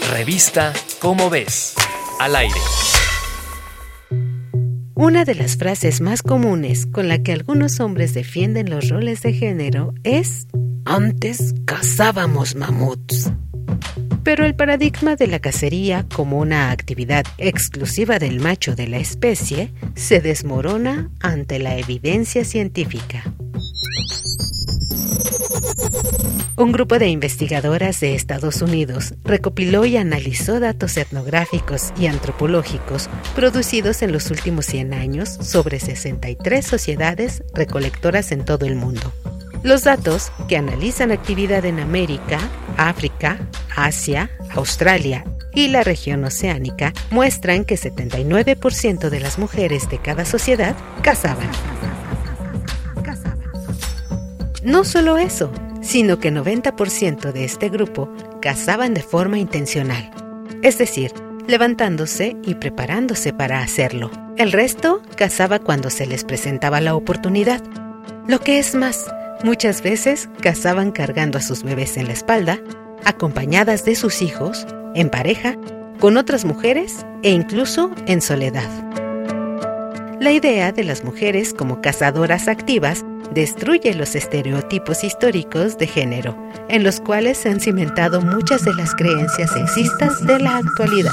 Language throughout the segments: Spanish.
Revista Cómo Ves, al aire. Una de las frases más comunes con la que algunos hombres defienden los roles de género es: antes cazábamos mamuts. Pero el paradigma de la cacería como una actividad exclusiva del macho de la especie se desmorona ante la evidencia científica. Un grupo de investigadoras de Estados Unidos recopiló y analizó datos etnográficos y antropológicos producidos en los últimos 100 años sobre 63 sociedades recolectoras en todo el mundo. Los datos, que analizan actividad en América, África, Asia, Australia y la región oceánica, muestran que 79% de las mujeres de cada sociedad cazaban. No solo eso, sino que 90% de este grupo cazaban de forma intencional, es decir, levantándose y preparándose para hacerlo. El resto cazaba cuando se les presentaba la oportunidad. Lo que es más, muchas veces cazaban cargando a sus bebés en la espalda, acompañadas de sus hijos, en pareja, con otras mujeres e incluso en soledad. La idea de las mujeres como cazadoras activas destruye los estereotipos históricos de género, en los cuales se han cimentado muchas de las creencias sexistas de la actualidad.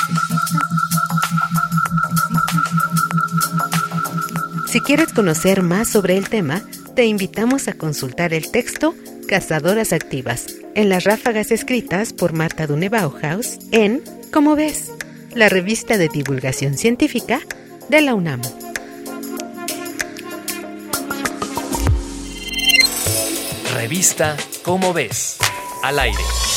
Si quieres conocer más sobre el tema, te invitamos a consultar el texto Cazadoras Activas, en las ráfagas escritas por Marta Dune Bauhaus en Cómo Ves, la revista de divulgación científica de la UNAM. Revista Cómo Ves, al aire.